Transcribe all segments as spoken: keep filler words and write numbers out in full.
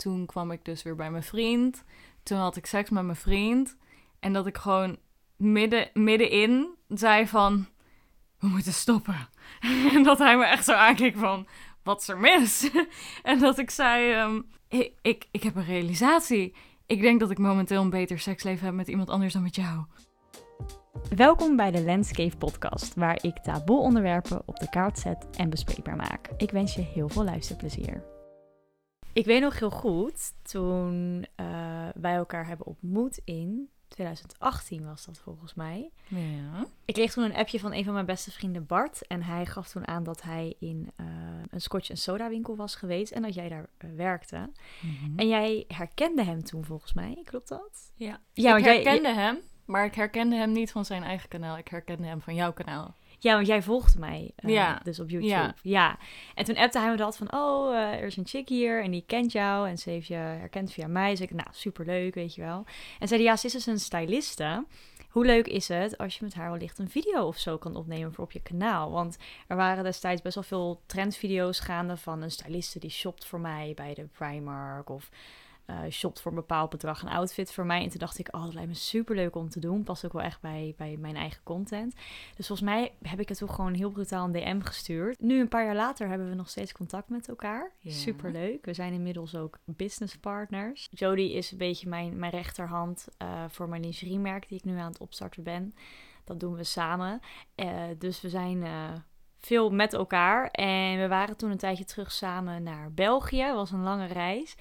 toen kwam ik dus weer bij mijn vriend. Toen had ik seks met mijn vriend. En dat ik gewoon midden, middenin zei van, we moeten stoppen. En dat hij me echt zo aankeek van, wat is er mis? En dat ik zei, um, ik, ik, ik heb een realisatie. Ik denk dat ik momenteel een beter seksleven heb met iemand anders dan met jou. Welkom bij de Landscape podcast, waar ik taboe onderwerpen op de kaart zet en bespreekbaar maak. Ik wens je heel veel luisterplezier. Ik weet nog heel goed, toen uh, wij elkaar hebben ontmoet in twintig achttien was dat volgens mij. Ja. Ik kreeg toen een appje van een van mijn beste vrienden Bart. En hij gaf toen aan dat hij in uh, een scotch- en soda winkel was geweest en dat jij daar uh, werkte. Mm-hmm. En jij herkende hem toen volgens mij, klopt dat? Ja, ja ik herkende jij, hem, maar ik herkende hem niet van zijn eigen kanaal. Ik herkende hem van jouw kanaal. Ja, want jij volgde mij uh, ja. dus op YouTube. Ja. ja. En toen appte hij me dat van, oh, uh, er is een chick hier en die kent jou en ze heeft je herkend via mij. Dus ik, nou, superleuk, weet je wel. En zei ja, ze is dus een styliste. Hoe leuk is het als je met haar wellicht een video of zo kan opnemen voor op je kanaal? Want er waren destijds best wel veel trendvideo's gaande van een styliste die shopt voor mij bij de Primark of Uh, shopt voor een bepaald bedrag een outfit voor mij. En toen dacht ik, oh, dat lijkt me superleuk om te doen. Past ook wel echt bij, bij mijn eigen content. Dus volgens mij heb ik het toen gewoon heel brutaal een D M gestuurd. Nu, een paar jaar later, hebben we nog steeds contact met elkaar. Yeah. Superleuk. We zijn inmiddels ook business partners. Jodie is een beetje mijn, mijn rechterhand uh, voor mijn lingeriemerk die ik nu aan het opstarten ben. Dat doen we samen. Uh, dus we zijn Uh, veel met elkaar. En we waren toen een tijdje terug samen naar België. Het was een lange reis.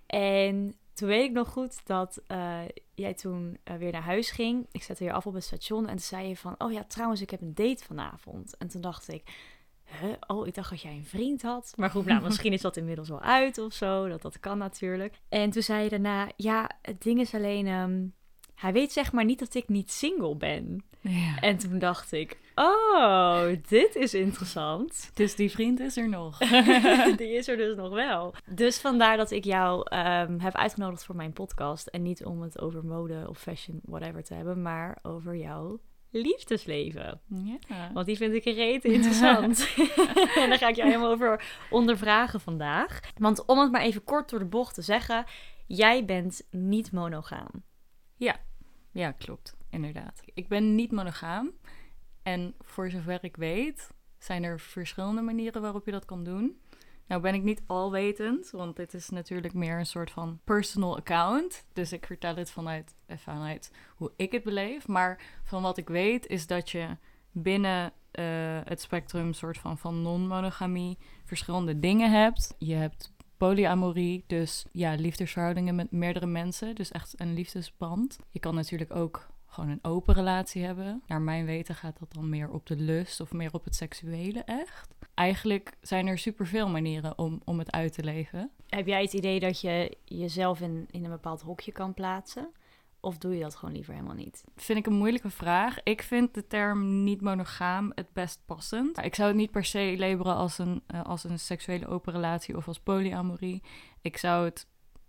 En toen weet ik nog goed dat uh, jij toen uh, weer naar huis ging. Ik zette je af op het station en toen zei je van, oh ja, trouwens, ik heb een date vanavond. En toen dacht ik, huh? Oh, ik dacht dat jij een vriend had. Maar goed, nou, misschien is dat inmiddels wel uit of zo. Dat, dat kan natuurlijk. En toen zei je daarna, ja, het ding is alleen, um, hij weet zeg maar niet dat ik niet single ben. Ja. En toen dacht ik, oh, dit is interessant. Dus die vriend is er nog. Die is er dus nog wel. Dus vandaar dat ik jou um, heb uitgenodigd voor mijn podcast. En niet om het over mode of fashion, whatever te hebben, maar over jouw liefdesleven. Ja. Want die vind ik rete interessant. En daar ga ik jou helemaal over ondervragen vandaag. Want om het maar even kort door de bocht te zeggen, jij bent niet monogaam. Ja, ja, klopt. Inderdaad. Ik ben niet monogaam. En voor zover ik weet, zijn er verschillende manieren waarop je dat kan doen. Nou ben ik niet alwetend, want dit is natuurlijk meer een soort van personal account. Dus ik vertel het vanuit, vanuit hoe ik het beleef. Maar van wat ik weet is dat je binnen uh, het spectrum soort van, van non-monogamie verschillende dingen hebt. Je hebt polyamorie, dus ja, liefdesverhoudingen met meerdere mensen. Dus echt een liefdesband. Je kan natuurlijk ook gewoon een open relatie hebben. Naar mijn weten gaat dat dan meer op de lust of meer op het seksuele echt. Eigenlijk zijn er superveel manieren om, om het uit te leven. Heb jij het idee dat je jezelf in, in een bepaald hokje kan plaatsen? Of doe je dat gewoon liever helemaal niet? Vind ik een moeilijke vraag. Ik vind de term niet monogaam het best passend. Ik zou het niet per se labelen als een, uh, als een seksuele open relatie of als polyamorie. Ik zou het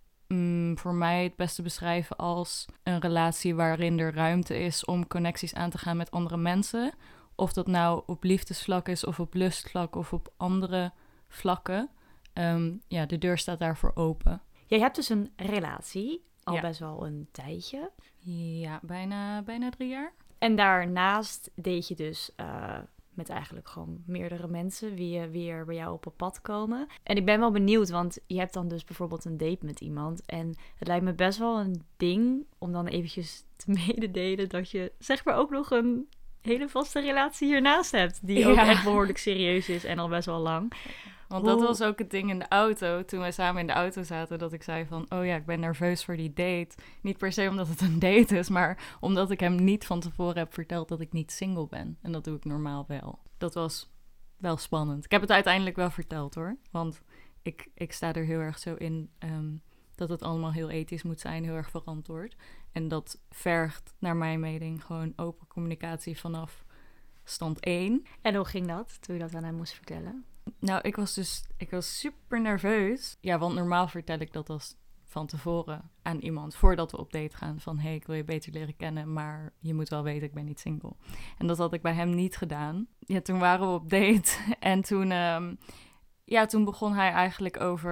mm, voor mij het beste beschrijven als een relatie waarin er ruimte is om connecties aan te gaan met andere mensen. Of dat nou op liefdesvlak is of op lustvlak of op andere vlakken. Um, ja, de deur staat daarvoor open. Jij hebt dus een relatie. Al ja. best wel een tijdje. Ja, bijna, bijna drie jaar. En daarnaast deed je dus uh, met eigenlijk gewoon meerdere mensen wie weer bij jou op een pad komen. En ik ben wel benieuwd, want je hebt dan dus bijvoorbeeld een date met iemand. En het lijkt me best wel een ding om dan eventjes te mededelen dat je zeg maar ook nog een hele vaste relatie hiernaast hebt. Die ook ja. echt behoorlijk serieus is en al best wel lang. Want dat was ook het ding in de auto, toen wij samen in de auto zaten, dat ik zei van, oh ja, ik ben nerveus voor die date. Niet per se omdat het een date is, maar omdat ik hem niet van tevoren heb verteld dat ik niet single ben. En dat doe ik normaal wel. Dat was wel spannend. Ik heb het uiteindelijk wel verteld hoor, want ik, ik sta er heel erg zo in um, dat het allemaal heel ethisch moet zijn, heel erg verantwoord. En dat vergt, naar mijn mening, gewoon open communicatie vanaf stand één. En hoe ging dat, toen je dat aan hem moest vertellen? Nou, ik was dus ik was super nerveus. Ja, want normaal vertel ik dat als van tevoren aan iemand, voordat we op date gaan, van hey, ik wil je beter leren kennen, maar je moet wel weten, ik ben niet single. En dat had ik bij hem niet gedaan. Ja, toen waren we op date en toen, um, ja, toen begon hij eigenlijk over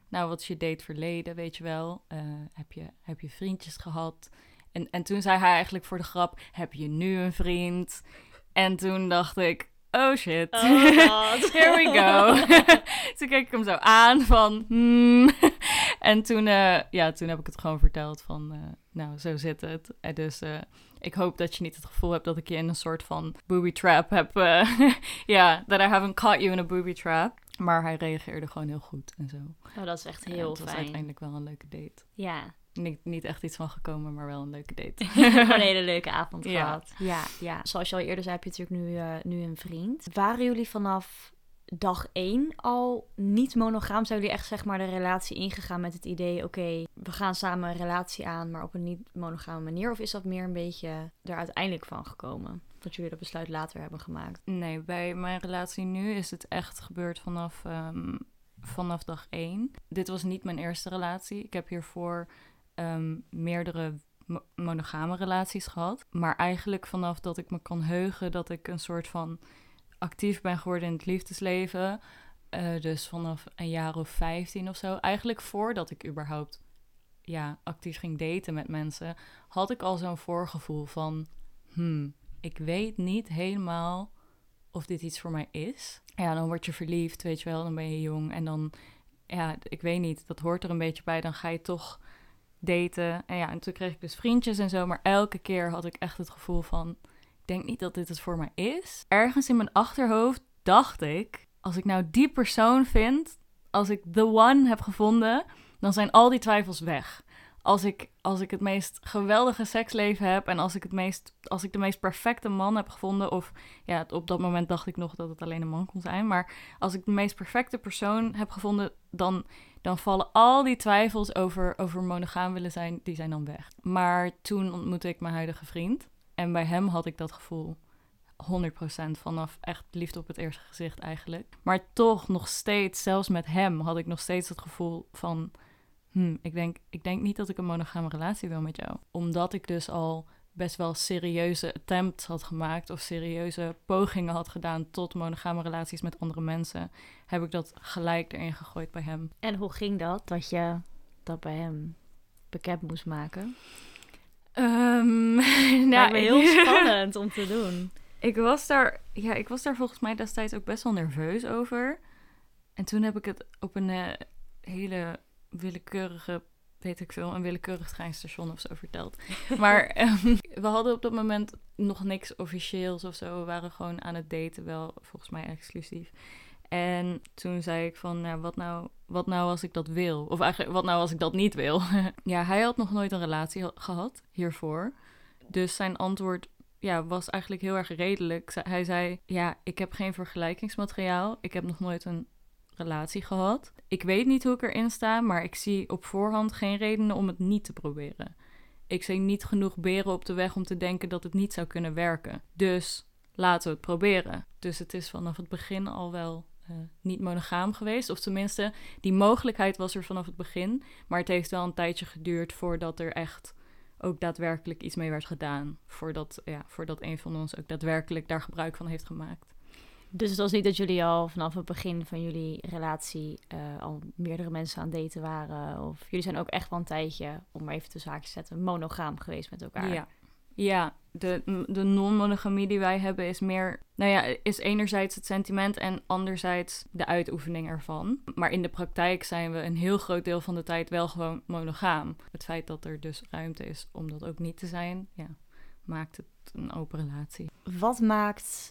nou, wat is je date verleden, weet je wel? Uh, heb, je, heb je vriendjes gehad? En, en toen zei hij eigenlijk voor de grap, heb je nu een vriend? En toen dacht ik, oh shit, oh here we go. Toen keek ik hem zo aan van, hmm. En toen, uh, ja, toen heb ik het gewoon verteld van, uh, nou, zo zit het. En dus uh, ik hoop dat je niet het gevoel hebt dat ik je in een soort van booby trap heb. Ja, uh, yeah, that I haven't caught you in a booby trap. Maar hij reageerde gewoon heel goed en zo. Oh, dat is echt heel ja, het fijn. was uiteindelijk wel een leuke date. Ja. Niet, niet echt iets van gekomen, maar wel een leuke date. Een hele leuke avond ja. gehad. Ja, ja. Zoals je al eerder zei, heb je natuurlijk nu, uh, nu een vriend. Waren jullie vanaf dag één al niet monogaam? Zijn jullie echt zeg maar de relatie ingegaan met het idee, oké, okay, we gaan samen een relatie aan, maar op een niet monogame manier? Of is dat meer een beetje er uiteindelijk van gekomen? Dat jullie dat besluit later hebben gemaakt? Nee, bij mijn relatie nu is het echt gebeurd vanaf, um, vanaf dag één. Dit was niet mijn eerste relatie. Ik heb hiervoor um, meerdere mo- monogame relaties gehad. Maar eigenlijk vanaf dat ik me kan heugen dat ik een soort van actief ben geworden in het liefdesleven. Uh, dus vanaf een jaar of vijftien of zo. Eigenlijk voordat ik überhaupt ja, actief ging daten met mensen, had ik al zo'n voorgevoel van, hmm, ik weet niet helemaal of dit iets voor mij is. Ja, dan word je verliefd, weet je wel, dan ben je jong. En dan, ja, ik weet niet, dat hoort er een beetje bij. Dan ga je toch daten. En ja, en toen kreeg ik dus vriendjes en zo. Maar elke keer had ik echt het gevoel van, ik denk niet dat dit het voor mij is. Ergens in mijn achterhoofd dacht ik, als ik nou die persoon vind, als ik the one heb gevonden, dan zijn al die twijfels weg. Als ik, als ik het meest geweldige seksleven heb en als ik, het meest, als ik de meest perfecte man heb gevonden, of ja, op dat moment dacht ik nog dat het alleen een man kon zijn, maar als ik de meest perfecte persoon heb gevonden, dan, dan vallen al die twijfels over, over monogaam willen zijn, die zijn dan weg. Maar toen ontmoette ik mijn huidige vriend en bij hem had ik dat gevoel honderd procent vanaf echt liefde op het eerste gezicht eigenlijk. Maar toch nog steeds, zelfs met hem, had ik nog steeds het gevoel van, Hmm, ik, denk, ik denk niet dat ik een monogame relatie wil met jou. Omdat ik dus al best wel serieuze attempts had gemaakt of serieuze pogingen had gedaan tot monogame relaties met andere mensen, heb ik dat gelijk erin gegooid bij hem. En hoe ging dat, dat je dat bij hem bekend moest maken? Um, nou, Lijkt me heel spannend om te doen. Ik was daar, ja, ik was daar volgens mij destijds ook best wel nerveus over. En toen heb ik het op een uh, hele willekeurige, weet ik veel, een willekeurig treinstation of zo verteld. Maar um, we hadden op dat moment nog niks officieels of zo. We waren gewoon aan het daten, wel volgens mij exclusief. En toen zei ik van, nou, wat nou, wat nou als ik dat wil? Of eigenlijk, wat nou als ik dat niet wil? Ja, hij had nog nooit een relatie ha- gehad hiervoor. Dus zijn antwoord ja, was eigenlijk heel erg redelijk. Hij zei, ja, ik heb geen vergelijkingsmateriaal. Ik heb nog nooit een relatie gehad. Ik weet niet hoe ik erin sta, maar ik zie op voorhand geen redenen om het niet te proberen. Ik zie niet genoeg beren op de weg om te denken dat het niet zou kunnen werken. Dus laten we het proberen. Dus het is vanaf het begin al wel uh, niet monogaam geweest. Of tenminste, die mogelijkheid was er vanaf het begin. Maar het heeft wel een tijdje geduurd voordat er echt ook daadwerkelijk iets mee werd gedaan. Voordat, ja, voordat een van ons ook daadwerkelijk daar gebruik van heeft gemaakt. Dus het was niet dat jullie al vanaf het begin van jullie relatie uh, al meerdere mensen aan het daten waren? Of jullie zijn ook echt wel een tijdje, om maar even tussen haakjes te zetten, monogaam geweest met elkaar? Ja, ja de, de non-monogamie die wij hebben is meer, nou ja, is enerzijds het sentiment en anderzijds de uitoefening ervan. Maar in de praktijk zijn we een heel groot deel van de tijd wel gewoon monogaam. Het feit dat er dus ruimte is om dat ook niet te zijn, ja, maakt het een open relatie. Wat maakt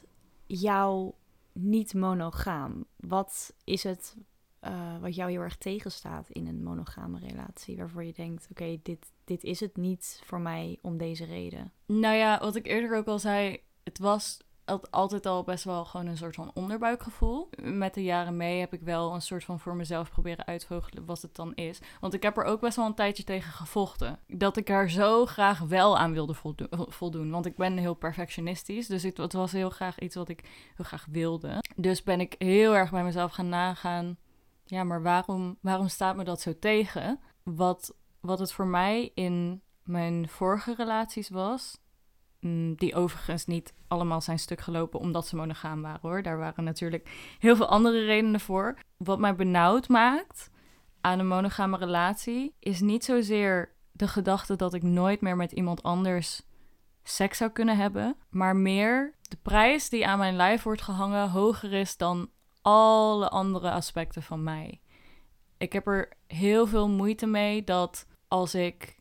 jou niet monogaam? Wat is het uh, wat jou heel erg tegenstaat in een monogame relatie, waarvoor je denkt, oké, okay, dit, dit is het niet voor mij om deze reden? Nou ja, wat ik eerder ook al zei, het was altijd al best wel gewoon een soort van onderbuikgevoel. Met de jaren mee heb ik wel een soort van voor mezelf proberen uitvogelen wat het dan is. Want ik heb er ook best wel een tijdje tegen gevochten. Dat ik er zo graag wel aan wilde voldo- voldoen. Want ik ben heel perfectionistisch. Dus het, het was heel graag iets wat ik heel graag wilde. Dus ben ik heel erg bij mezelf gaan nagaan. Ja, maar waarom, waarom staat me dat zo tegen? Wat, wat het voor mij in mijn vorige relaties was, die overigens niet allemaal zijn stuk gelopen omdat ze monogaam waren, hoor. Daar waren natuurlijk heel veel andere redenen voor. Wat mij benauwd maakt aan een monogame relatie is niet zozeer de gedachte dat ik nooit meer met iemand anders seks zou kunnen hebben, maar meer de prijs die aan mijn lijf wordt gehangen hoger is dan alle andere aspecten van mij. Ik heb er heel veel moeite mee dat als ik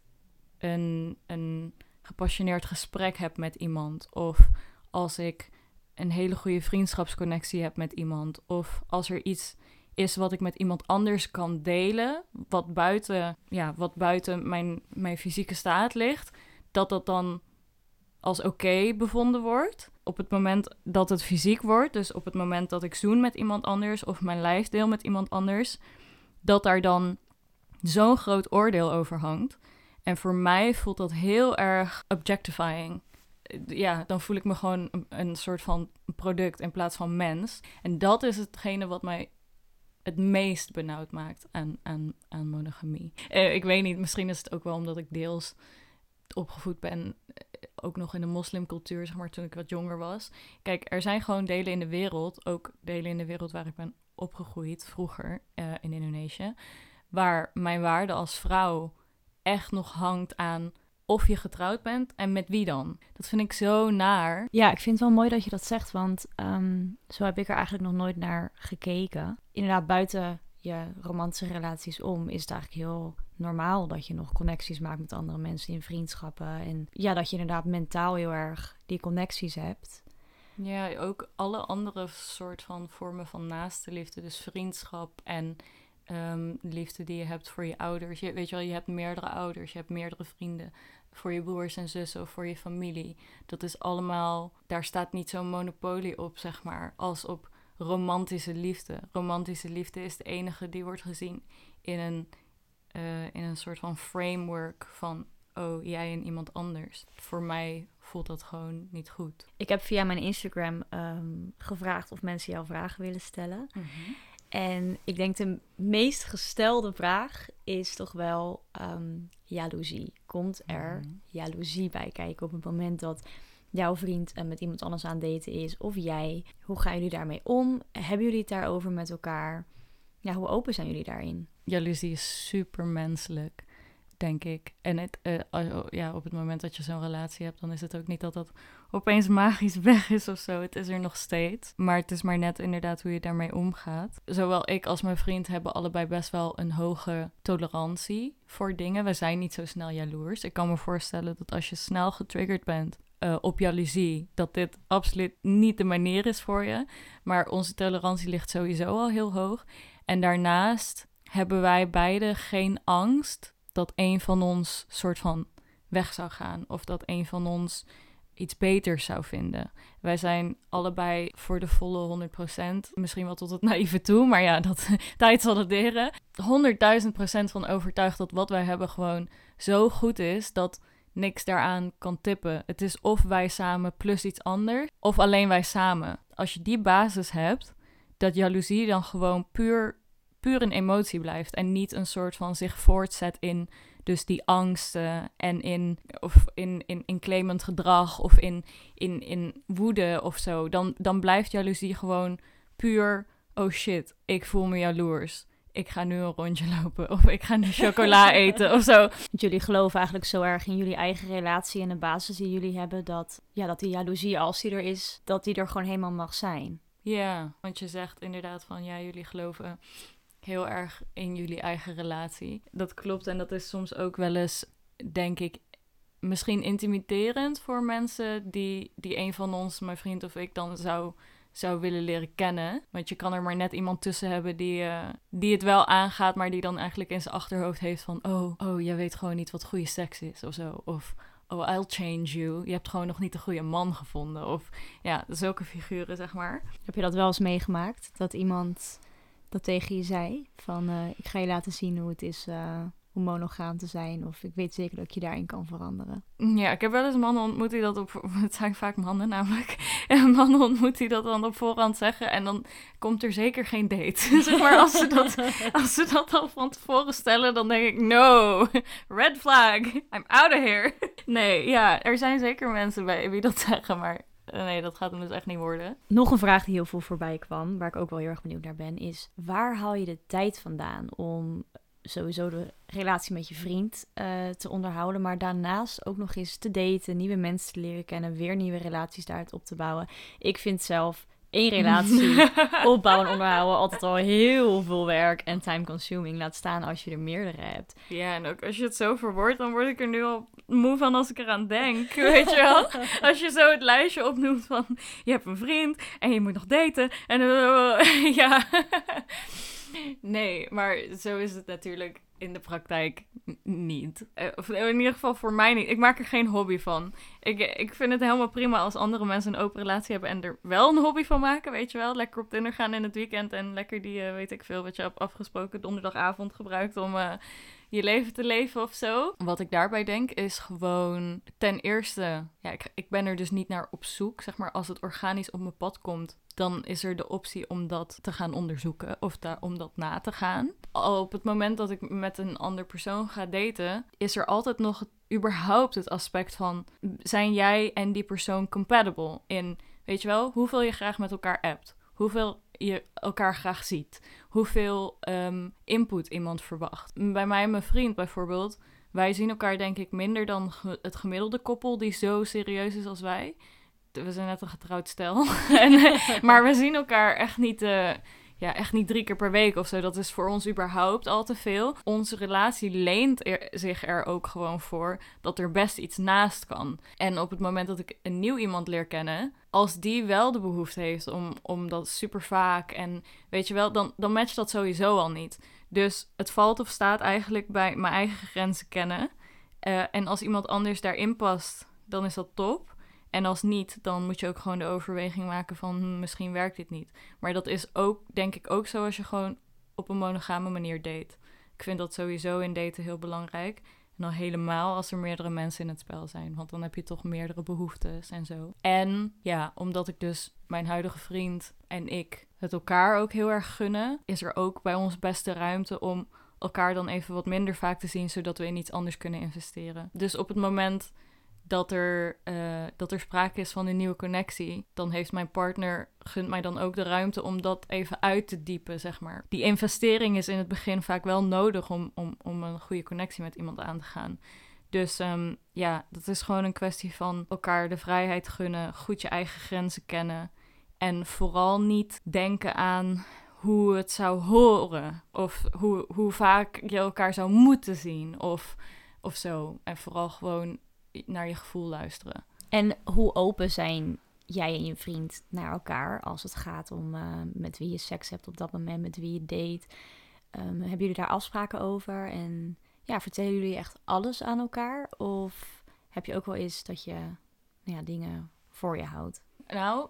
een, een gepassioneerd gesprek heb met iemand, of als ik een hele goede vriendschapsconnectie heb met iemand, of als er iets is wat ik met iemand anders kan delen, wat buiten, ja, wat buiten mijn, mijn fysieke staat ligt, dat dat dan als oké okay bevonden wordt. Op het moment dat het fysiek wordt, dus op het moment dat ik zoen met iemand anders of mijn lijf deel met iemand anders, dat daar dan zo'n groot oordeel over hangt. En voor mij voelt dat heel erg objectifying. Ja, dan voel ik me gewoon een, een soort van product in plaats van mens. En dat is hetgene wat mij het meest benauwd maakt aan, aan, aan monogamie. Eh, ik weet niet, misschien is het ook wel omdat ik deels opgevoed ben, ook nog in de moslimcultuur, zeg maar, toen ik wat jonger was. Kijk, er zijn gewoon delen in de wereld, ook delen in de wereld waar ik ben opgegroeid, vroeger uh, in Indonesië, waar mijn waarde als vrouw echt nog hangt aan of je getrouwd bent en met wie dan. Dat vind ik zo naar. Ja, ik vind het wel mooi dat je dat zegt, want um, zo heb ik er eigenlijk nog nooit naar gekeken. Inderdaad, buiten je romantische relaties om is het eigenlijk heel normaal dat je nog connecties maakt met andere mensen in vriendschappen. En ja, dat je inderdaad mentaal heel erg die connecties hebt. Ja, ook alle andere soort van vormen van naaste liefde. Dus vriendschap en um, liefde die je hebt voor je ouders. Je, weet je wel, je hebt meerdere ouders, je hebt meerdere vrienden. Voor je broers en zussen of voor je familie. Dat is allemaal, daar staat niet zo'n monopolie op, zeg maar, als op romantische liefde. Romantische liefde is de enige die wordt gezien in een, uh, in een soort van framework van, oh, jij en iemand anders. Voor mij voelt dat gewoon niet goed. Ik heb via mijn Instagram um, gevraagd of mensen jou vragen willen stellen. Mm-hmm. En ik denk de meest gestelde vraag is toch wel um, jaloezie. Komt er mm-hmm. jaloezie bij kijken op het moment dat jouw vriend uh, met iemand anders aan het daten is, of jij? Hoe gaan jullie daarmee om? Hebben jullie het daarover met elkaar? Ja, hoe open zijn jullie daarin? Jaloezie is super menselijk, denk ik. En het, uh, ja, op het moment dat je zo'n relatie hebt, dan is het ook niet dat dat opeens magisch weg is of zo. Het is er nog steeds. Maar het is maar net inderdaad hoe je daarmee omgaat. Zowel ik als mijn vriend hebben allebei best wel een hoge tolerantie voor dingen. We zijn niet zo snel jaloers. Ik kan me voorstellen dat als je snel getriggerd bent Uh, op jaloezie, dat dit absoluut niet de manier is voor je. Maar onze tolerantie ligt sowieso al heel hoog. En daarnaast hebben wij beide geen angst dat een van ons soort van weg zou gaan. Of dat een van ons iets beters zou vinden. Wij zijn allebei voor de volle honderd procent, misschien wel tot het naïeve toe, maar ja, dat tijd zal het leren. honderdduizend procent van overtuigd dat wat wij hebben gewoon zo goed is, dat niks daaraan kan tippen. Het is of wij samen plus iets anders, of alleen wij samen. Als je die basis hebt, dat jaloezie dan gewoon puur, puur een emotie blijft en niet een soort van zich voortzet in dus die angsten en in, of in, in, in claimend gedrag of in, in, in woede of zo, dan, dan blijft jaloezie gewoon puur, oh shit, ik voel me jaloers. Ik ga nu een rondje lopen of ik ga nu chocola eten of zo. Jullie geloven eigenlijk zo erg in jullie eigen relatie en de basis die jullie hebben, dat, ja, dat die jaloezie, als die er is, dat die er gewoon helemaal mag zijn. Ja, want je zegt inderdaad van, ja, jullie geloven heel erg in jullie eigen relatie. Dat klopt en dat is soms ook wel eens, denk ik, misschien intimiderend voor mensen die, die een van ons, mijn vriend of ik, dan zou... zou willen leren kennen. Want je kan er maar net iemand tussen hebben die, uh, die het wel aangaat, maar die dan eigenlijk in zijn achterhoofd heeft van, oh, oh, jij weet gewoon niet wat goede seks is of zo. Of, oh, I'll change you. Je hebt gewoon nog niet de goede man gevonden. Of ja, zulke figuren, zeg maar. Heb je dat wel eens meegemaakt? Dat iemand dat tegen je zei? Van, uh, ik ga je laten zien hoe het is uh, om monogaam te zijn. Of ik weet zeker dat ik je daarin kan veranderen. Ja, ik heb wel eens mannen ontmoet die dat op... Het zijn vaak mannen namelijk. En mannen ontmoet die dat dan op voorhand zeggen. En dan komt er zeker geen date. Zeg maar, als ze, dat, als ze dat al van tevoren stellen, dan denk ik, no, red flag, I'm out of here. Nee, ja, er zijn zeker mensen bij wie dat zeggen, maar... Nee, dat gaat hem dus echt niet worden. Nog een vraag die heel veel voorbij kwam, waar ik ook wel heel erg benieuwd naar ben, is waar haal je de tijd vandaan om sowieso de relatie met je vriend uh, te onderhouden. Maar daarnaast ook nog eens te daten, nieuwe mensen te leren kennen, weer nieuwe relaties daaruit op te bouwen. Ik vind zelf één relatie opbouwen en onderhouden altijd al heel veel werk en time consuming. Laat staan als je er meerdere hebt. Ja, en ook als je het zo verwoordt, dan word ik er nu al moe van als ik eraan denk. Weet je wel? Als je zo het lijstje opnoemt van je hebt een vriend en je moet nog daten. En uh, ja. Nee, maar zo is het natuurlijk in de praktijk n- niet. Uh, of in ieder geval voor mij niet. Ik maak er geen hobby van. Ik, ik vind het helemaal prima als andere mensen een open relatie hebben en er wel een hobby van maken, weet je wel. Lekker op Tinder gaan in het weekend en lekker die, uh, weet ik veel, wat je hebt afgesproken donderdagavond gebruikt om uh, je leven te leven of zo. Wat ik daarbij denk is gewoon ten eerste, ja, ik, ik ben er dus niet naar op zoek. Zeg maar, als het organisch op mijn pad komt, dan is er de optie om dat te gaan onderzoeken of da- om dat na te gaan. Al op het moment dat ik met een ander persoon ga daten, is er altijd nog het, überhaupt het aspect van, zijn jij en die persoon compatible in, weet je wel, hoeveel je graag met elkaar appt, hoeveel je elkaar graag ziet, hoeveel um, input iemand verwacht. Bij mij en mijn vriend bijvoorbeeld, wij zien elkaar denk ik minder dan ge- het gemiddelde koppel die zo serieus is als wij. We zijn net een getrouwd stel. en, maar we zien elkaar echt niet, uh, ja, echt niet drie keer per week of zo. Dat is voor ons überhaupt al te veel. Onze relatie leent er, zich er ook gewoon voor dat er best iets naast kan. En op het moment dat ik een nieuw iemand leer kennen, als die wel de behoefte heeft om, om dat super vaak en weet je wel, dan, dan matcht dat sowieso al niet. Dus het valt of staat eigenlijk bij mijn eigen grenzen kennen. Uh, en als iemand anders daarin past, dan is dat top. En als niet, dan moet je ook gewoon de overweging maken van hm, misschien werkt dit niet. Maar dat is ook, denk ik, ook zo als je gewoon op een monogame manier date. Ik vind dat sowieso in daten heel belangrijk. En dan helemaal als er meerdere mensen in het spel zijn. Want dan heb je toch meerdere behoeftes en zo. En ja, omdat ik dus mijn huidige vriend en ik het elkaar ook heel erg gunnen, is er ook bij ons beste ruimte om elkaar dan even wat minder vaak te zien, zodat we in iets anders kunnen investeren. Dus op het moment dat er, uh, dat er sprake is van een nieuwe connectie, dan heeft mijn partner, gunt mij dan ook de ruimte om dat even uit te diepen, zeg maar. Die investering is in het begin vaak wel nodig om, om, om een goede connectie met iemand aan te gaan. Dus um, ja, dat is gewoon een kwestie van elkaar de vrijheid gunnen, goed je eigen grenzen kennen en vooral niet denken aan hoe het zou horen of hoe, hoe vaak je elkaar zou moeten zien of, of zo. En vooral gewoon naar je gevoel luisteren. En hoe open zijn jij en je vriend naar elkaar als het gaat om uh, met wie je seks hebt op dat moment, met wie je date? Um, hebben jullie daar afspraken over? En ja, vertellen jullie echt alles aan elkaar? Of heb je ook wel eens dat je nou ja, dingen voor je houdt? Nou,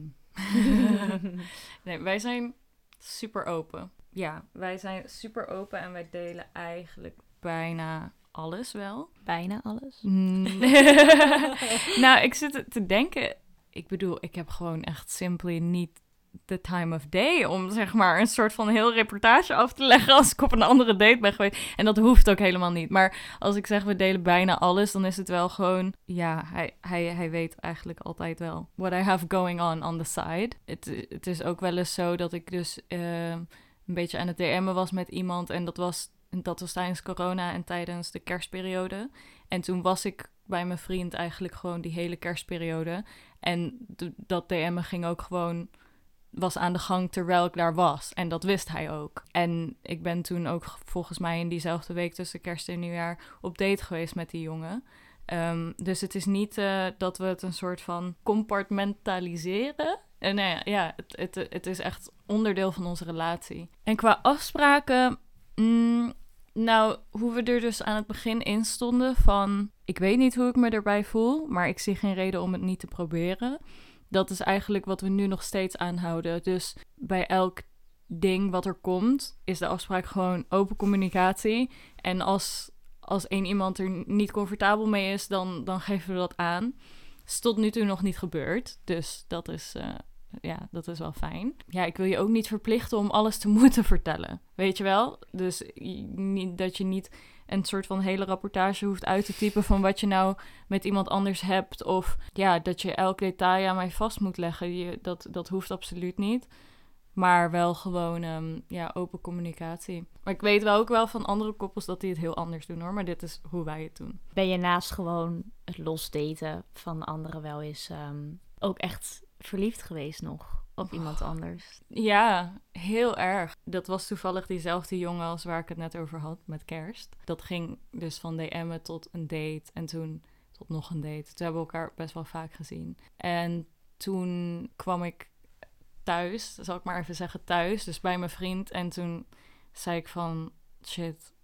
nee, wij zijn super open. Ja, wij zijn super open en wij delen eigenlijk bijna alles wel. Bijna alles? Mm. Nou, ik zit te denken, ik bedoel, ik heb gewoon echt simply niet the time of day om zeg maar een soort van heel reportage af te leggen als ik op een andere date ben geweest. En dat hoeft ook helemaal niet. Maar als ik zeg we delen bijna alles, dan is het wel gewoon, ja, hij, hij, hij weet eigenlijk altijd wel what I have going on on the side. Het, het is ook wel eens zo dat ik dus uh, een beetje aan het D M'en was met iemand en dat was Dat was tijdens corona en tijdens de kerstperiode. En toen was ik bij mijn vriend eigenlijk gewoon die hele kerstperiode. En d- dat D M'en ging ook gewoon, was aan de gang terwijl ik daar was. En dat wist hij ook. En ik ben toen ook volgens mij in diezelfde week tussen kerst en nieuwjaar op date geweest met die jongen. Um, dus het is niet uh, dat we het een soort van compartmentaliseren. En uh, ja, het, het, het is echt onderdeel van onze relatie. En qua afspraken, Mm, nou, hoe we er dus aan het begin in stonden van, ik weet niet hoe ik me erbij voel, maar ik zie geen reden om het niet te proberen. Dat is eigenlijk wat we nu nog steeds aanhouden. Dus bij elk ding wat er komt, is de afspraak gewoon open communicatie. En als, als één iemand er niet comfortabel mee is, dan, dan geven we dat aan. Is tot nu toe nog niet gebeurd, dus dat is... Uh, Ja, dat is wel fijn. Ja, ik wil je ook niet verplichten om alles te moeten vertellen. Weet je wel? Dus niet, dat je niet een soort van hele rapportage hoeft uit te typen van wat je nou met iemand anders hebt. Of ja, dat je elk detail aan mij vast moet leggen. Je, dat, dat hoeft absoluut niet. Maar wel gewoon um, ja, open communicatie. Maar ik weet wel ook wel van andere koppels dat die het heel anders doen hoor. Maar dit is hoe wij het doen. Ben je naast gewoon het losdaten van anderen wel eens um, ook echt verliefd geweest nog op oh. iemand anders? Ja, heel erg. Dat was toevallig diezelfde jongen als waar ik het net over had met kerst. Dat ging dus van D M'en tot een date en toen tot nog een date. Toen hebben we elkaar best wel vaak gezien. En toen kwam ik thuis, zal ik maar even zeggen thuis, dus bij mijn vriend. En toen zei ik van, shit,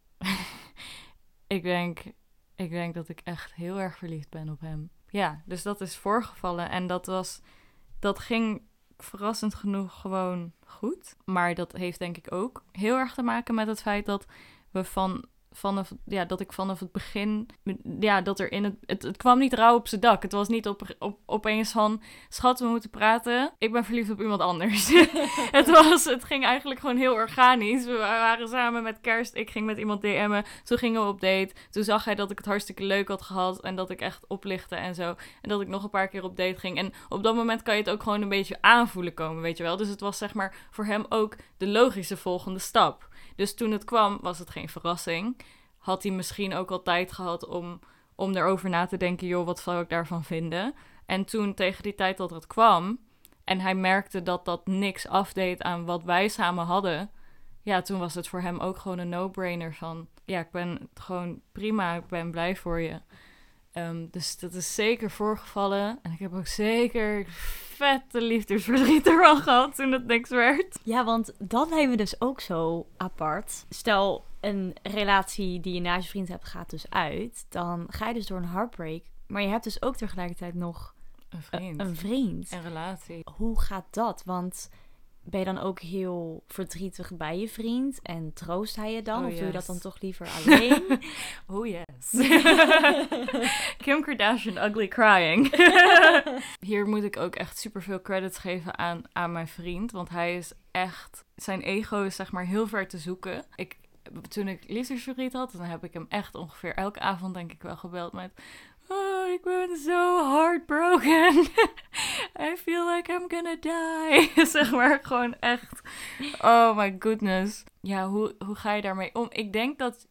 ik denk, ik denk dat ik echt heel erg verliefd ben op hem. Ja, dus dat is voorgevallen en dat was, dat ging verrassend genoeg gewoon goed. Maar dat heeft denk ik ook heel erg te maken met het feit dat we van... Vanaf, ja, dat ik vanaf het begin... Ja, dat er in het... Het, het kwam niet rauw op zijn dak. Het was niet op, op, opeens van... Schat, we moeten praten. Ik ben verliefd op iemand anders. het, was, het ging eigenlijk gewoon heel organisch. We waren samen met kerst. Ik ging met iemand D M'en. Toen gingen we op date. Toen zag hij dat ik het hartstikke leuk had gehad. En dat ik echt oplichtte en zo. En dat ik nog een paar keer op date ging. En op dat moment kan je het ook gewoon een beetje aanvoelen komen, weet je wel. Dus het was zeg maar voor hem ook de logische volgende stap. Dus toen het kwam, was het geen verrassing. Had hij misschien ook al tijd gehad om, om erover na te denken... joh, wat zou ik daarvan vinden? En toen tegen die tijd dat het kwam... en hij merkte dat dat niks afdeed aan wat wij samen hadden... ja, toen was het voor hem ook gewoon een no-brainer van... ja, ik ben gewoon prima, ik ben blij voor je. Um, dus dat is zeker voorgevallen. En ik heb ook zeker vette liefdesverdriet ervan gehad toen het niks werd. Ja, want dat lijkt me dus ook zo apart. Stel, een relatie die je naast je vriend hebt gaat dus uit. Dan ga je dus door een heartbreak. Maar je hebt dus ook tegelijkertijd nog een vriend. Een, een vriend. Een relatie. Hoe gaat dat? Want... Ben je dan ook heel verdrietig bij je vriend? En troost hij je dan? Oh, of yes. doe je dat dan toch liever alleen? Oh yes. Kim Kardashian ugly crying. Hier moet ik ook echt superveel credits geven aan, aan mijn vriend. Want hij is echt... Zijn ego is zeg maar heel ver te zoeken. Ik, toen ik liefdesverdriet had, dan heb ik hem echt ongeveer elke avond denk ik wel gebeld met... Oh, ik ben zo heartbroken. I feel like I'm gonna die. Zeg maar, gewoon echt. Oh my goodness. Ja, hoe, hoe ga je daarmee om? Ik denk dat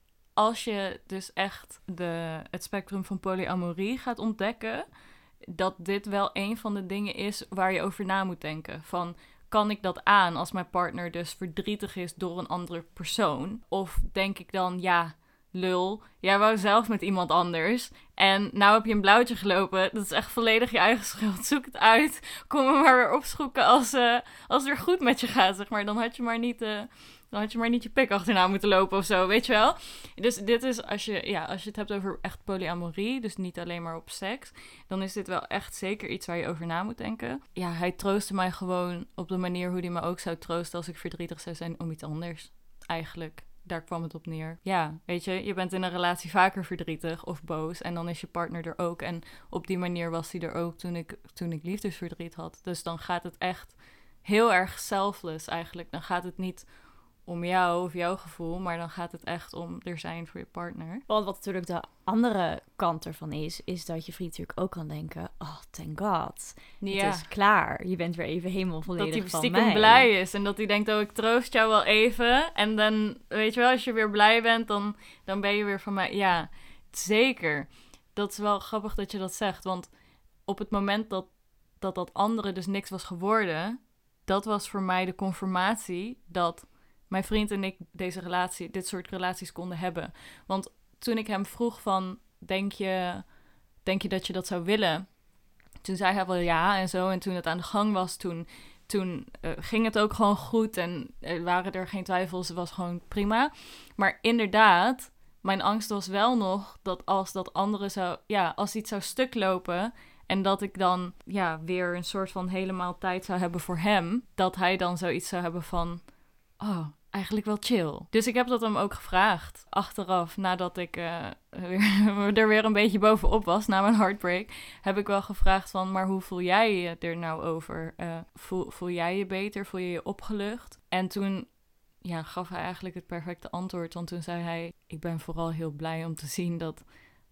als je dus echt de, het spectrum van polyamorie gaat ontdekken... dat dit wel een van de dingen is waar je over na moet denken. Van, kan ik dat aan als mijn partner dus verdrietig is door een andere persoon? Of denk ik dan, ja... Lul, jij wou zelf met iemand anders. En nou heb je een blauwtje gelopen. Dat is echt volledig je eigen schuld. Zoek het uit. Kom er maar weer opschroeken als, uh, als het weer goed met je gaat, zeg maar. Dan had je maar niet, uh, dan had je, maar niet je pik achterna moeten lopen of zo, weet je wel. Dus dit is, als je, ja, als je het hebt over echt polyamorie, dus niet alleen maar op seks, dan is dit wel echt zeker iets waar je over na moet denken. Ja, hij troostte mij gewoon op de manier hoe hij me ook zou troosten als ik verdrietig zou zijn om iets anders, eigenlijk. Daar kwam het op neer. Ja, weet je, je bent in een relatie vaker verdrietig of boos. En dan is je partner er ook. En op die manier was hij er ook toen ik, toen ik liefdesverdriet had. Dus dan gaat het echt heel erg selfless eigenlijk. Dan gaat het niet om jou of jouw gevoel, maar dan gaat het echt om er zijn voor je partner. Want wat natuurlijk de andere kant ervan is, is dat je vriend natuurlijk ook kan denken, oh, thank God, ja. Het is klaar. Je bent weer even helemaal volledig dat van hij mij. stiekem blij is en dat hij denkt, oh, ik troost jou wel even. En dan, weet je wel, als je weer blij bent, dan, dan ben je weer van mij. Ja, zeker. Dat is wel grappig dat je dat zegt, want op het moment dat dat, dat andere dus niks was geworden, dat was voor mij de confirmatie dat mijn vriend en ik deze relatie, dit soort relaties konden hebben. Want toen ik hem vroeg van, denk je, denk je dat je dat zou willen? Toen zei hij wel ja en zo. En toen het aan de gang was, toen, toen uh, ging het ook gewoon goed. En er waren er geen twijfels, het was gewoon prima. Maar inderdaad, mijn angst was wel nog dat als dat andere zou, ja, als iets zou stuk lopen en dat ik dan ja, weer een soort van helemaal tijd zou hebben voor hem, dat hij dan zoiets zou hebben van, oh, eigenlijk wel chill. Dus ik heb dat hem ook gevraagd. Achteraf, nadat ik uh, weer, er weer een beetje bovenop was, na mijn heartbreak, heb ik wel gevraagd van, maar hoe voel jij je er nou over? Uh, voel, voel jij je beter? Voel je je opgelucht? En toen ja, gaf hij eigenlijk het perfecte antwoord. Want toen zei hij, ik ben vooral heel blij om te zien dat,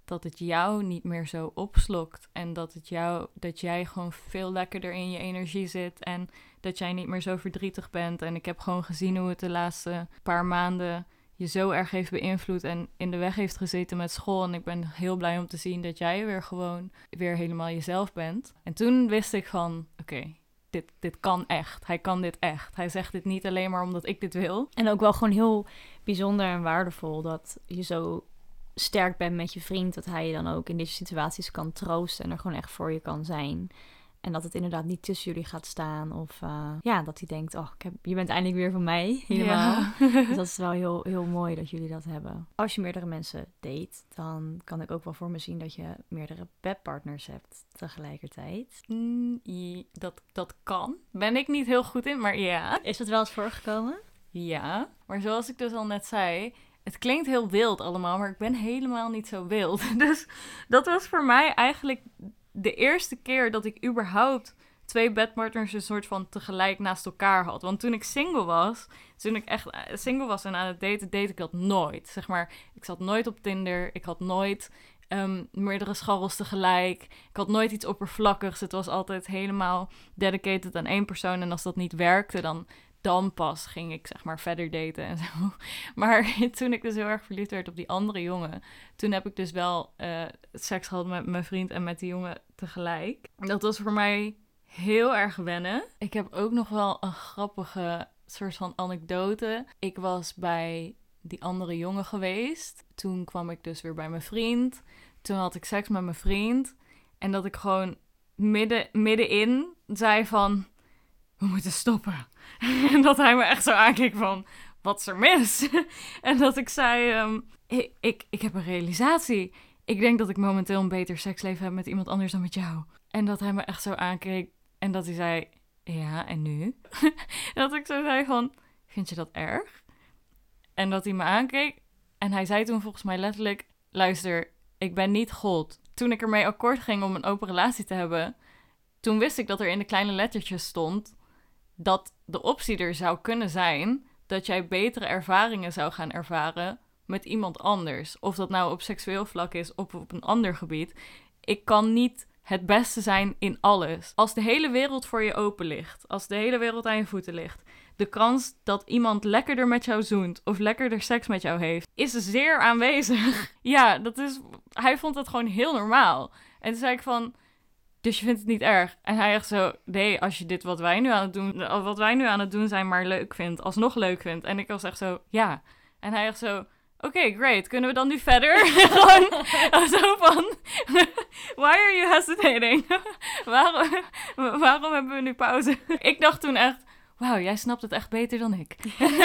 dat het jou niet meer zo opslokt. En dat, het jou, dat jij gewoon veel lekkerder in je energie zit. En dat jij niet meer zo verdrietig bent. En ik heb gewoon gezien hoe het de laatste paar maanden je zo erg heeft beïnvloed en in de weg heeft gezeten met school. En ik ben heel blij om te zien dat jij weer gewoon weer helemaal jezelf bent. En toen wist ik van, oké, okay, dit, dit kan echt. Hij kan dit echt. Hij zegt dit niet alleen maar omdat ik dit wil. En ook wel gewoon heel bijzonder en waardevol dat je zo sterk bent met je vriend, dat hij je dan ook in deze situaties kan troosten en er gewoon echt voor je kan zijn. En dat het inderdaad niet tussen jullie gaat staan. Of uh, ja, dat hij denkt, oh, ik heb, je bent eindelijk weer van mij. Helemaal. Ja. Dus dat is wel heel, heel mooi dat jullie dat hebben. Als je meerdere mensen date, dan kan ik ook wel voor me zien dat je meerdere bedpartners hebt tegelijkertijd. Mm, dat, dat kan. Ben ik niet heel goed in, maar ja. Is dat wel eens voorgekomen? Ja, maar zoals ik dus al net zei, het klinkt heel wild allemaal, maar ik ben helemaal niet zo wild. Dus dat was voor mij eigenlijk de eerste keer dat ik überhaupt twee bedpartners een soort van tegelijk naast elkaar had. Want toen ik single was, toen ik echt single was en aan het daten, deed ik dat nooit. Zeg maar, ik zat nooit op Tinder, ik had nooit um, meerdere scharrels tegelijk. Ik had nooit iets oppervlakkigs. Het was altijd helemaal dedicated aan één persoon. En als dat niet werkte, dan... Dan pas ging ik, zeg maar, verder daten en zo. Maar toen ik dus heel erg verliefd werd op die andere jongen, toen heb ik dus wel uh, seks gehad met mijn vriend en met die jongen tegelijk. Dat was voor mij heel erg wennen. Ik heb ook nog wel een grappige soort van anekdote. Ik was bij die andere jongen geweest. Toen kwam ik dus weer bij mijn vriend. Toen had ik seks met mijn vriend. En dat ik gewoon midden, middenin zei van, we moeten stoppen. En dat hij me echt zo aankeek van, wat is er mis? En dat ik zei, um, ik, ik, ik heb een realisatie. Ik denk dat ik momenteel een beter seksleven heb met iemand anders dan met jou. En dat hij me echt zo aankeek. En dat hij zei, ja, en nu? En dat ik zo zei van, vind je dat erg? En dat hij me aankeek. En hij zei toen volgens mij letterlijk, luister, ik ben niet God. Toen ik ermee akkoord ging om een open relatie te hebben, toen wist ik dat er in de kleine lettertjes stond dat de optie er zou kunnen zijn dat jij betere ervaringen zou gaan ervaren met iemand anders. Of dat nou op seksueel vlak is of op een ander gebied. Ik kan niet het beste zijn in alles. Als de hele wereld voor je open ligt, als de hele wereld aan je voeten ligt, de kans dat iemand lekkerder met jou zoent of lekkerder seks met jou heeft, is zeer aanwezig. Ja, dat is... Hij vond het gewoon heel normaal. En toen zei ik van, dus je vindt het niet erg? En hij echt zo, nee, als je dit wat wij nu aan het doen, wat wij nu aan het doen zijn, maar leuk vindt, alsnog leuk vindt. En ik was echt zo, ja. En hij echt zo, oké, okay, great. Kunnen we dan nu verder? Gewoon zo van, why are you hesitating? waarom, waarom hebben we nu pauze? Ik dacht toen echt, wauw, jij snapt het echt beter dan ik.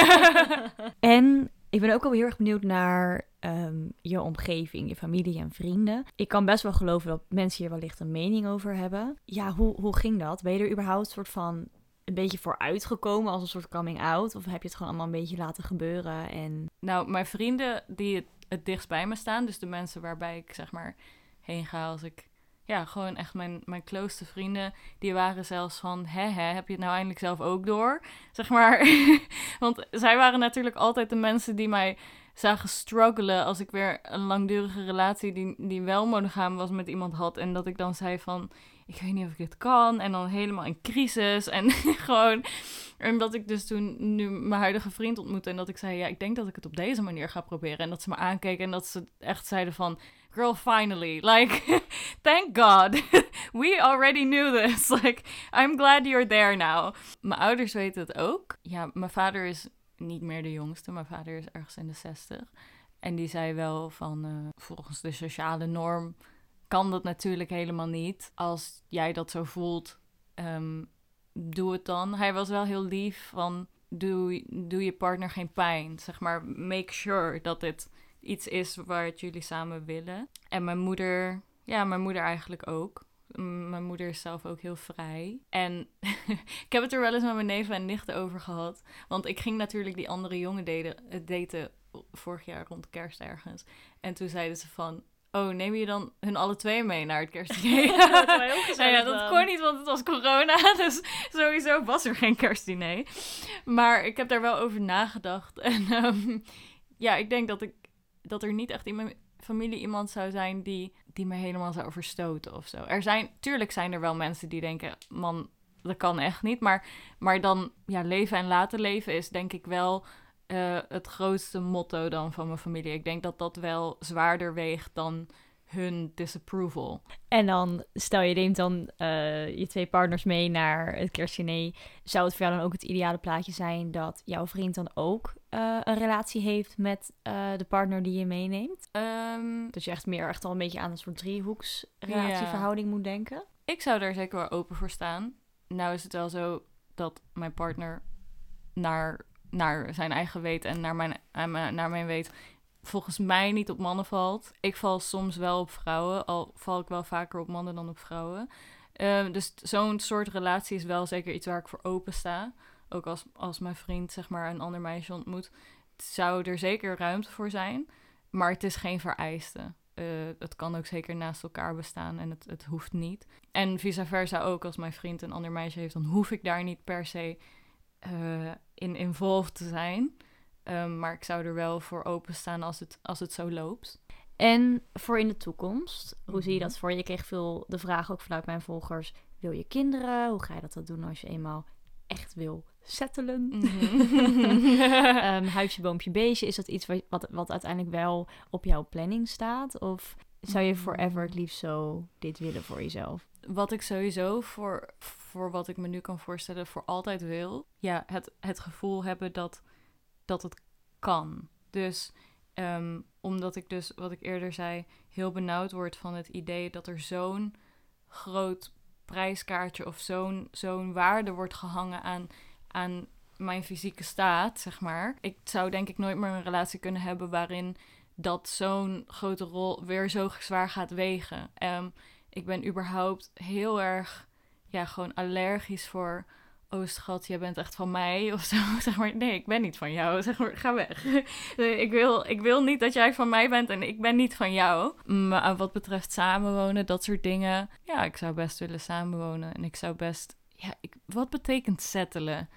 En ik ben ook al heel erg benieuwd naar um, je omgeving, je familie en vrienden. Ik kan best wel geloven dat mensen hier wellicht een mening over hebben. Ja, hoe, hoe ging dat? Ben je er überhaupt soort van een beetje voor uitgekomen als een soort coming out? Of heb je het gewoon allemaal een beetje laten gebeuren? En... Nou, mijn vrienden die het, het dichtst bij me staan, dus de mensen waarbij ik zeg maar heen ga als ik... Ja, gewoon echt mijn, mijn closeste vrienden, die waren zelfs van, hè, hè, heb je het nou eindelijk zelf ook door? Zeg maar, want zij waren natuurlijk altijd de mensen die mij zagen struggelen als ik weer een langdurige relatie die, die wel monogaam was met iemand had. En dat ik dan zei van, ik weet niet of ik dit kan. En dan helemaal in crisis. En gewoon, en dat ik dus toen nu mijn huidige vriend ontmoette en dat ik zei, ja, ik denk dat ik het op deze manier ga proberen. En dat ze me aankeken en dat ze echt zeiden van, girl, finally. Like, thank God. We already knew this. Like, I'm glad you're there now. Mijn ouders weten het ook. Ja, mijn vader is niet meer de jongste. Mijn vader is ergens in de zestig. En die zei wel van, uh, volgens de sociale norm kan dat natuurlijk helemaal niet. Als jij dat zo voelt, um, doe het dan. Hij was wel heel lief van, doe, doe je partner geen pijn. Zeg maar, make sure dat dit iets is waar het jullie samen willen. En mijn moeder, ja, mijn moeder eigenlijk ook. M- mijn moeder is zelf ook heel vrij. En ik heb het er wel eens met mijn neven en nichten over gehad. Want ik ging natuurlijk die andere jongen daten, daten vorig jaar rond kerst ergens. En toen zeiden ze van, oh, neem je dan hun alle twee mee naar het kerstdiner? Dat was heel gezellig. Ja, dat kon niet, want het was corona. Dus sowieso was er geen kerstdiner. Maar ik heb daar wel over nagedacht. En um, ja, ik denk dat ik dat er niet echt in mijn familie iemand zou zijn die, die me helemaal zou verstoten of zo. Er zijn, tuurlijk zijn er wel mensen die denken, man, dat kan echt niet. Maar, maar dan, ja, leven en laten leven is denk ik wel uh, het grootste motto dan van mijn familie. Ik denk dat dat wel zwaarder weegt dan hun disapproval. En dan, stel je neemt dan uh, je twee partners mee naar het kerstdiner. Zou het voor jou dan ook het ideale plaatje zijn dat jouw vriend dan ook uh, een relatie heeft met uh, de partner die je meeneemt? Um, dat je echt meer echt al een beetje aan een soort driehoeksrelatieverhouding ja. moet denken? Ik zou daar zeker wel open voor staan. Nou is het wel zo dat mijn partner naar, naar zijn eigen weet en naar mijn, naar mijn weet volgens mij niet op mannen valt. Ik val soms wel op vrouwen, al val ik wel vaker op mannen dan op vrouwen. Uh, dus zo'n soort relatie is wel zeker iets waar ik voor open sta. Ook als, als mijn vriend zeg maar een ander meisje ontmoet, zou er zeker ruimte voor zijn. Maar het is geen vereiste. Uh, het kan ook zeker naast elkaar bestaan en het, het hoeft niet. En vice versa ook, als mijn vriend een ander meisje heeft, dan hoef ik daar niet per se uh, in involved te zijn. Um, maar ik zou er wel voor openstaan als het, als het zo loopt. En voor in de toekomst, hoe mm-hmm. zie je dat voor je? Ik kreeg veel de vraag ook vanuit mijn volgers. Wil je kinderen? Hoe ga je dat dan doen als je eenmaal echt wil settelen? Mm-hmm. um, huisje, boompje, beestje. Is dat iets wat, wat, wat uiteindelijk wel op jouw planning staat? Of zou je forever het liefst zo dit willen voor jezelf? Wat ik sowieso voor, voor wat ik me nu kan voorstellen voor altijd wil. Ja, het, het gevoel hebben dat... dat het kan. Dus um, omdat ik dus, wat ik eerder zei, heel benauwd word van het idee dat er zo'n groot prijskaartje of zo'n, zo'n waarde wordt gehangen aan, aan mijn fysieke staat, zeg maar. Ik zou denk ik nooit meer een relatie kunnen hebben waarin dat zo'n grote rol weer zo zwaar gaat wegen. Um, ik ben überhaupt heel erg, ja, gewoon allergisch voor... oh schat, jij bent echt van mij of zo. Zeg maar, nee, ik ben niet van jou. Zeg maar, ga weg. ik, wil, ik wil niet dat jij van mij bent en ik ben niet van jou. Maar wat betreft samenwonen, dat soort dingen. Ja, ik zou best willen samenwonen. En ik zou best... Ja, ik, wat betekent settelen?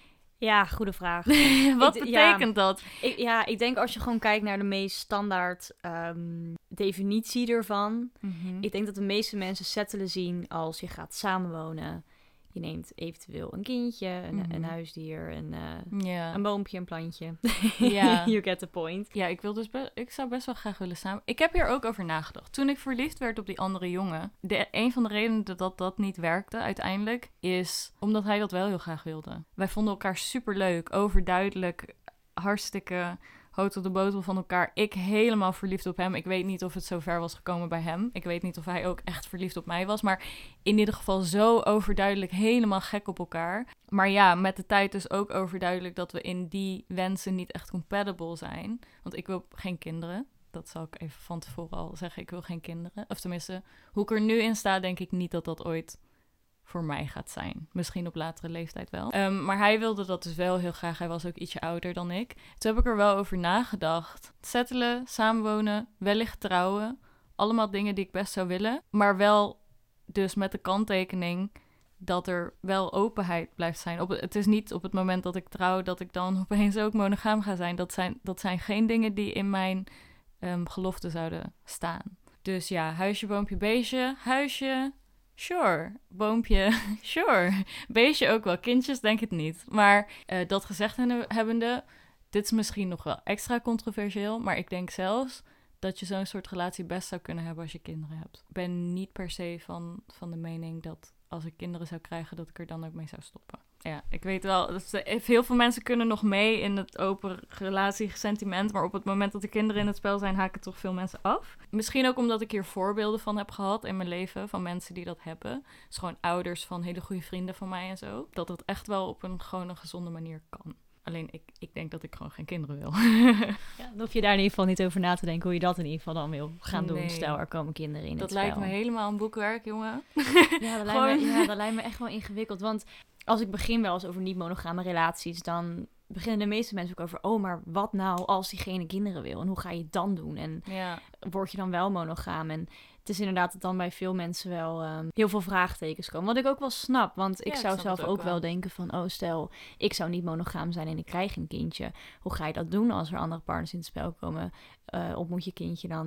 Ja, goede vraag. Wat ik, betekent ja, dat? Ik, ja, ik denk als je gewoon kijkt naar de meest standaard um, definitie ervan. Mm-hmm. Ik denk dat de meeste mensen settelen zien als je gaat samenwonen. Je neemt eventueel een kindje, een, mm-hmm. een huisdier, een, uh, yeah. een boompje, een plantje. Yeah. You get the point. Ja, ik, wil dus be- ik zou best wel graag willen samen... Ik heb hier ook over nagedacht. Toen ik verliefd werd op die andere jongen... De, een van de redenen dat dat niet werkte uiteindelijk... is omdat hij dat wel heel graag wilde. Wij vonden elkaar superleuk, overduidelijk, hartstikke... hot op de botel van elkaar. Ik helemaal verliefd op hem. Ik weet niet of het zo ver was gekomen bij hem. Ik weet niet of hij ook echt verliefd op mij was. Maar in ieder geval zo overduidelijk helemaal gek op elkaar. Maar ja, met de tijd dus ook overduidelijk dat we in die wensen niet echt compatible zijn. Want ik wil geen kinderen. Dat zal ik even van tevoren al zeggen. Ik wil geen kinderen. Of tenminste, hoe ik er nu in sta, denk ik niet dat dat ooit... voor mij gaat zijn. Misschien op latere leeftijd wel. Um, maar hij wilde dat dus wel heel graag. Hij was ook ietsje ouder dan ik. Toen heb ik er wel over nagedacht. Settelen, samenwonen, wellicht trouwen. Allemaal dingen die ik best zou willen. Maar wel dus met de kanttekening dat er wel openheid blijft zijn. Op, het is niet op het moment dat ik trouw dat ik dan opeens ook monogaam ga zijn. Dat zijn, dat zijn geen dingen die in mijn um, gelofte zouden staan. Dus ja, huisje, boompje, beestje. Huisje... Sure. Boompje, sure. Beestje ook wel. Kindjes denk ik niet. Maar uh, dat gezegd hebbende, dit is misschien nog wel extra controversieel, maar ik denk zelfs dat je zo'n soort relatie best zou kunnen hebben als je kinderen hebt. Ik ben niet per se van, van de mening dat als ik kinderen zou krijgen, dat ik er dan ook mee zou stoppen. Ja, ik weet wel, dat heel veel mensen kunnen nog mee in het open relatiesentiment, maar op het moment dat de kinderen in het spel zijn, haken toch veel mensen af. Misschien ook omdat ik hier voorbeelden van heb gehad in mijn leven, van mensen die dat hebben. Dus gewoon ouders van hele goede vrienden van mij en zo. Dat het echt wel op een gewoon een gezonde manier kan. Alleen ik, ik denk dat ik gewoon geen kinderen wil. Ja, dan hoef je daar in ieder geval niet over na te denken hoe je dat in ieder geval dan wil gaan doen. Nee. Stel, er komen kinderen in dat het spel. Dat lijkt me helemaal een boekwerk, jongen. Ja, dat, lijkt me, ja, dat lijkt me echt wel ingewikkeld. Want als ik begin wel eens over niet-monogame relaties, dan beginnen de meeste mensen ook over, oh, maar wat nou als diegene kinderen wil? En hoe ga je het dan doen? En ja. word je dan wel monogaam? En het is inderdaad dat dan bij veel mensen wel um, heel veel vraagtekens komen. Wat ik ook wel snap, want ik ja, zou ik zelf ook, ook wel. wel denken van, oh, stel, ik zou niet monogaam zijn en ik krijg een kindje. Hoe ga je dat doen als er andere partners in het spel komen? Uh, ontmoet je kindje dan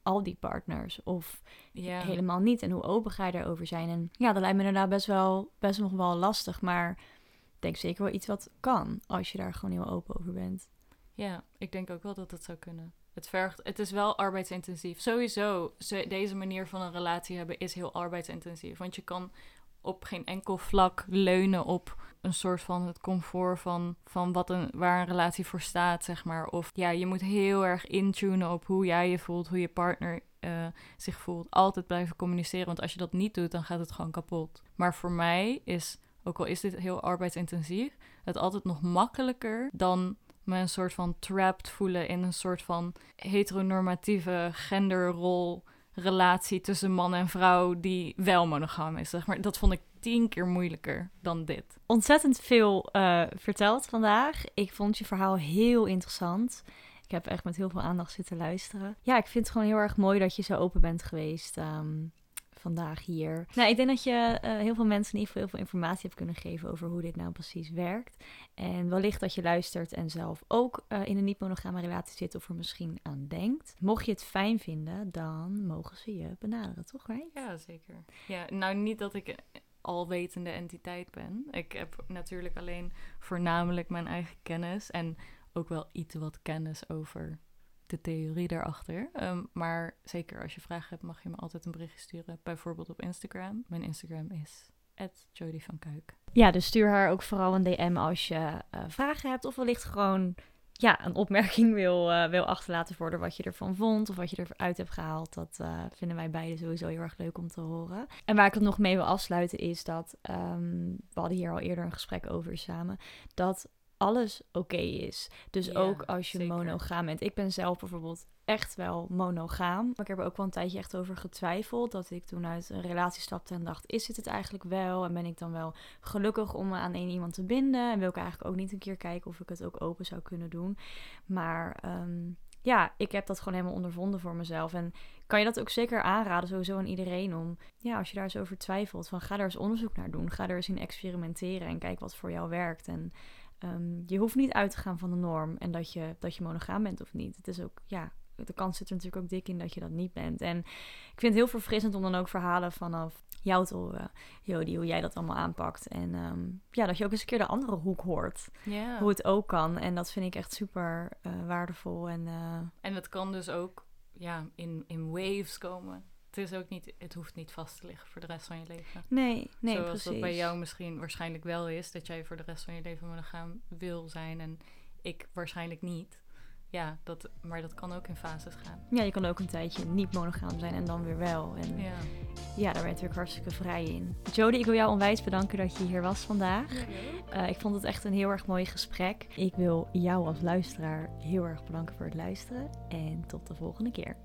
al die partners? Of Ja. helemaal niet? En hoe open ga je daarover zijn? En ja, dat lijkt me inderdaad best wel, best nog wel lastig. Maar ik denk zeker wel iets wat kan, als je daar gewoon heel open over bent. Ja, ik denk ook wel dat het zou kunnen. Het vergt, het is wel arbeidsintensief. Sowieso, ze- deze manier van een relatie hebben is heel arbeidsintensief. Want je kan op geen enkel vlak leunen op een soort van het comfort van, van wat een, waar een relatie voor staat, zeg maar. Of ja, je moet heel erg intunen op hoe jij je voelt, hoe je partner uh, zich voelt. Altijd blijven communiceren, want als je dat niet doet, dan gaat het gewoon kapot. Maar voor mij is, ook al is dit heel arbeidsintensief, het altijd nog makkelijker dan me een soort van trapped voelen in een soort van heteronormatieve genderrol relatie tussen man en vrouw die wel monogaam is, zeg maar. Dat vond ik tien keer moeilijker dan dit. Ontzettend veel uh, verteld vandaag. Ik vond je verhaal heel interessant. Ik heb echt met heel veel aandacht zitten luisteren. Ja, ik vind het gewoon heel erg mooi dat je zo open bent geweest um, vandaag hier. Nou, ik denk dat je uh, heel veel mensen in ieder geval heel veel informatie hebt kunnen geven over hoe dit nou precies werkt. En wellicht dat je luistert en zelf ook uh, in een niet-monogame relatie zit of er misschien aan denkt. Mocht je het fijn vinden, dan mogen ze je benaderen, toch? Right? Ja, zeker. Ja, nou niet dat ik alwetende entiteit ben. Ik heb natuurlijk alleen voornamelijk mijn eigen kennis en ook wel iets wat kennis over de theorie daarachter. Um, maar zeker als je vragen hebt, mag je me altijd een berichtje sturen. Bijvoorbeeld op Instagram. Mijn Instagram is at jody van kuik. Ja, dus stuur haar ook vooral een D M als je uh, vragen hebt. Of wellicht gewoon ja, een opmerking wil, uh, wil achterlaten voor wat je ervan vond. Of wat je eruit hebt gehaald. Dat uh, vinden wij beiden sowieso heel erg leuk om te horen. En waar ik het nog mee wil afsluiten is dat... Um, we hadden hier al eerder een gesprek over samen. Dat alles oké okay is. Dus ja, ook als je zeker. monogaam bent. Ik ben zelf bijvoorbeeld echt wel monogaam. Maar ik heb er ook wel een tijdje echt over getwijfeld. Dat ik toen uit een relatie stapte en dacht, is dit het eigenlijk wel? En ben ik dan wel gelukkig om me aan één iemand te binden? En wil ik eigenlijk ook niet een keer kijken of ik het ook open zou kunnen doen. Maar um, ja, ik heb dat gewoon helemaal ondervonden voor mezelf. En kan je dat ook zeker aanraden, sowieso aan iedereen, om, ja, als je daar eens over twijfelt, van ga daar eens onderzoek naar doen. Ga er eens in experimenteren en kijk wat voor jou werkt. En Um, je hoeft niet uit te gaan van de norm en dat je, dat je monogaam bent of niet. Het is ook, ja, de kans zit er natuurlijk ook dik in dat je dat niet bent. En ik vind het heel verfrissend om dan ook verhalen vanaf jou te horen, Jody, hoe jij dat allemaal aanpakt. En um, ja, dat je ook eens een keer de andere hoek hoort. Yeah. Hoe het ook kan. En dat vind ik echt super uh, waardevol. En, uh... en het kan dus ook ja, in, in waves komen. Het is ook niet, het hoeft niet vast te liggen voor de rest van je leven. Nee, nee, Zoals precies. dat bij jou misschien waarschijnlijk wel is, dat jij voor de rest van je leven monogaam wil zijn en ik waarschijnlijk niet. Ja, dat, maar dat kan ook in fases gaan. Ja, je kan ook een tijdje niet monogaam zijn en dan weer wel. En ja. ja, daar ben je natuurlijk hartstikke vrij in. Jody, ik wil jou onwijs bedanken dat je hier was vandaag. Ja, uh, ik vond het echt een heel erg mooi gesprek. Ik wil jou als luisteraar heel erg bedanken voor het luisteren. En tot de volgende keer.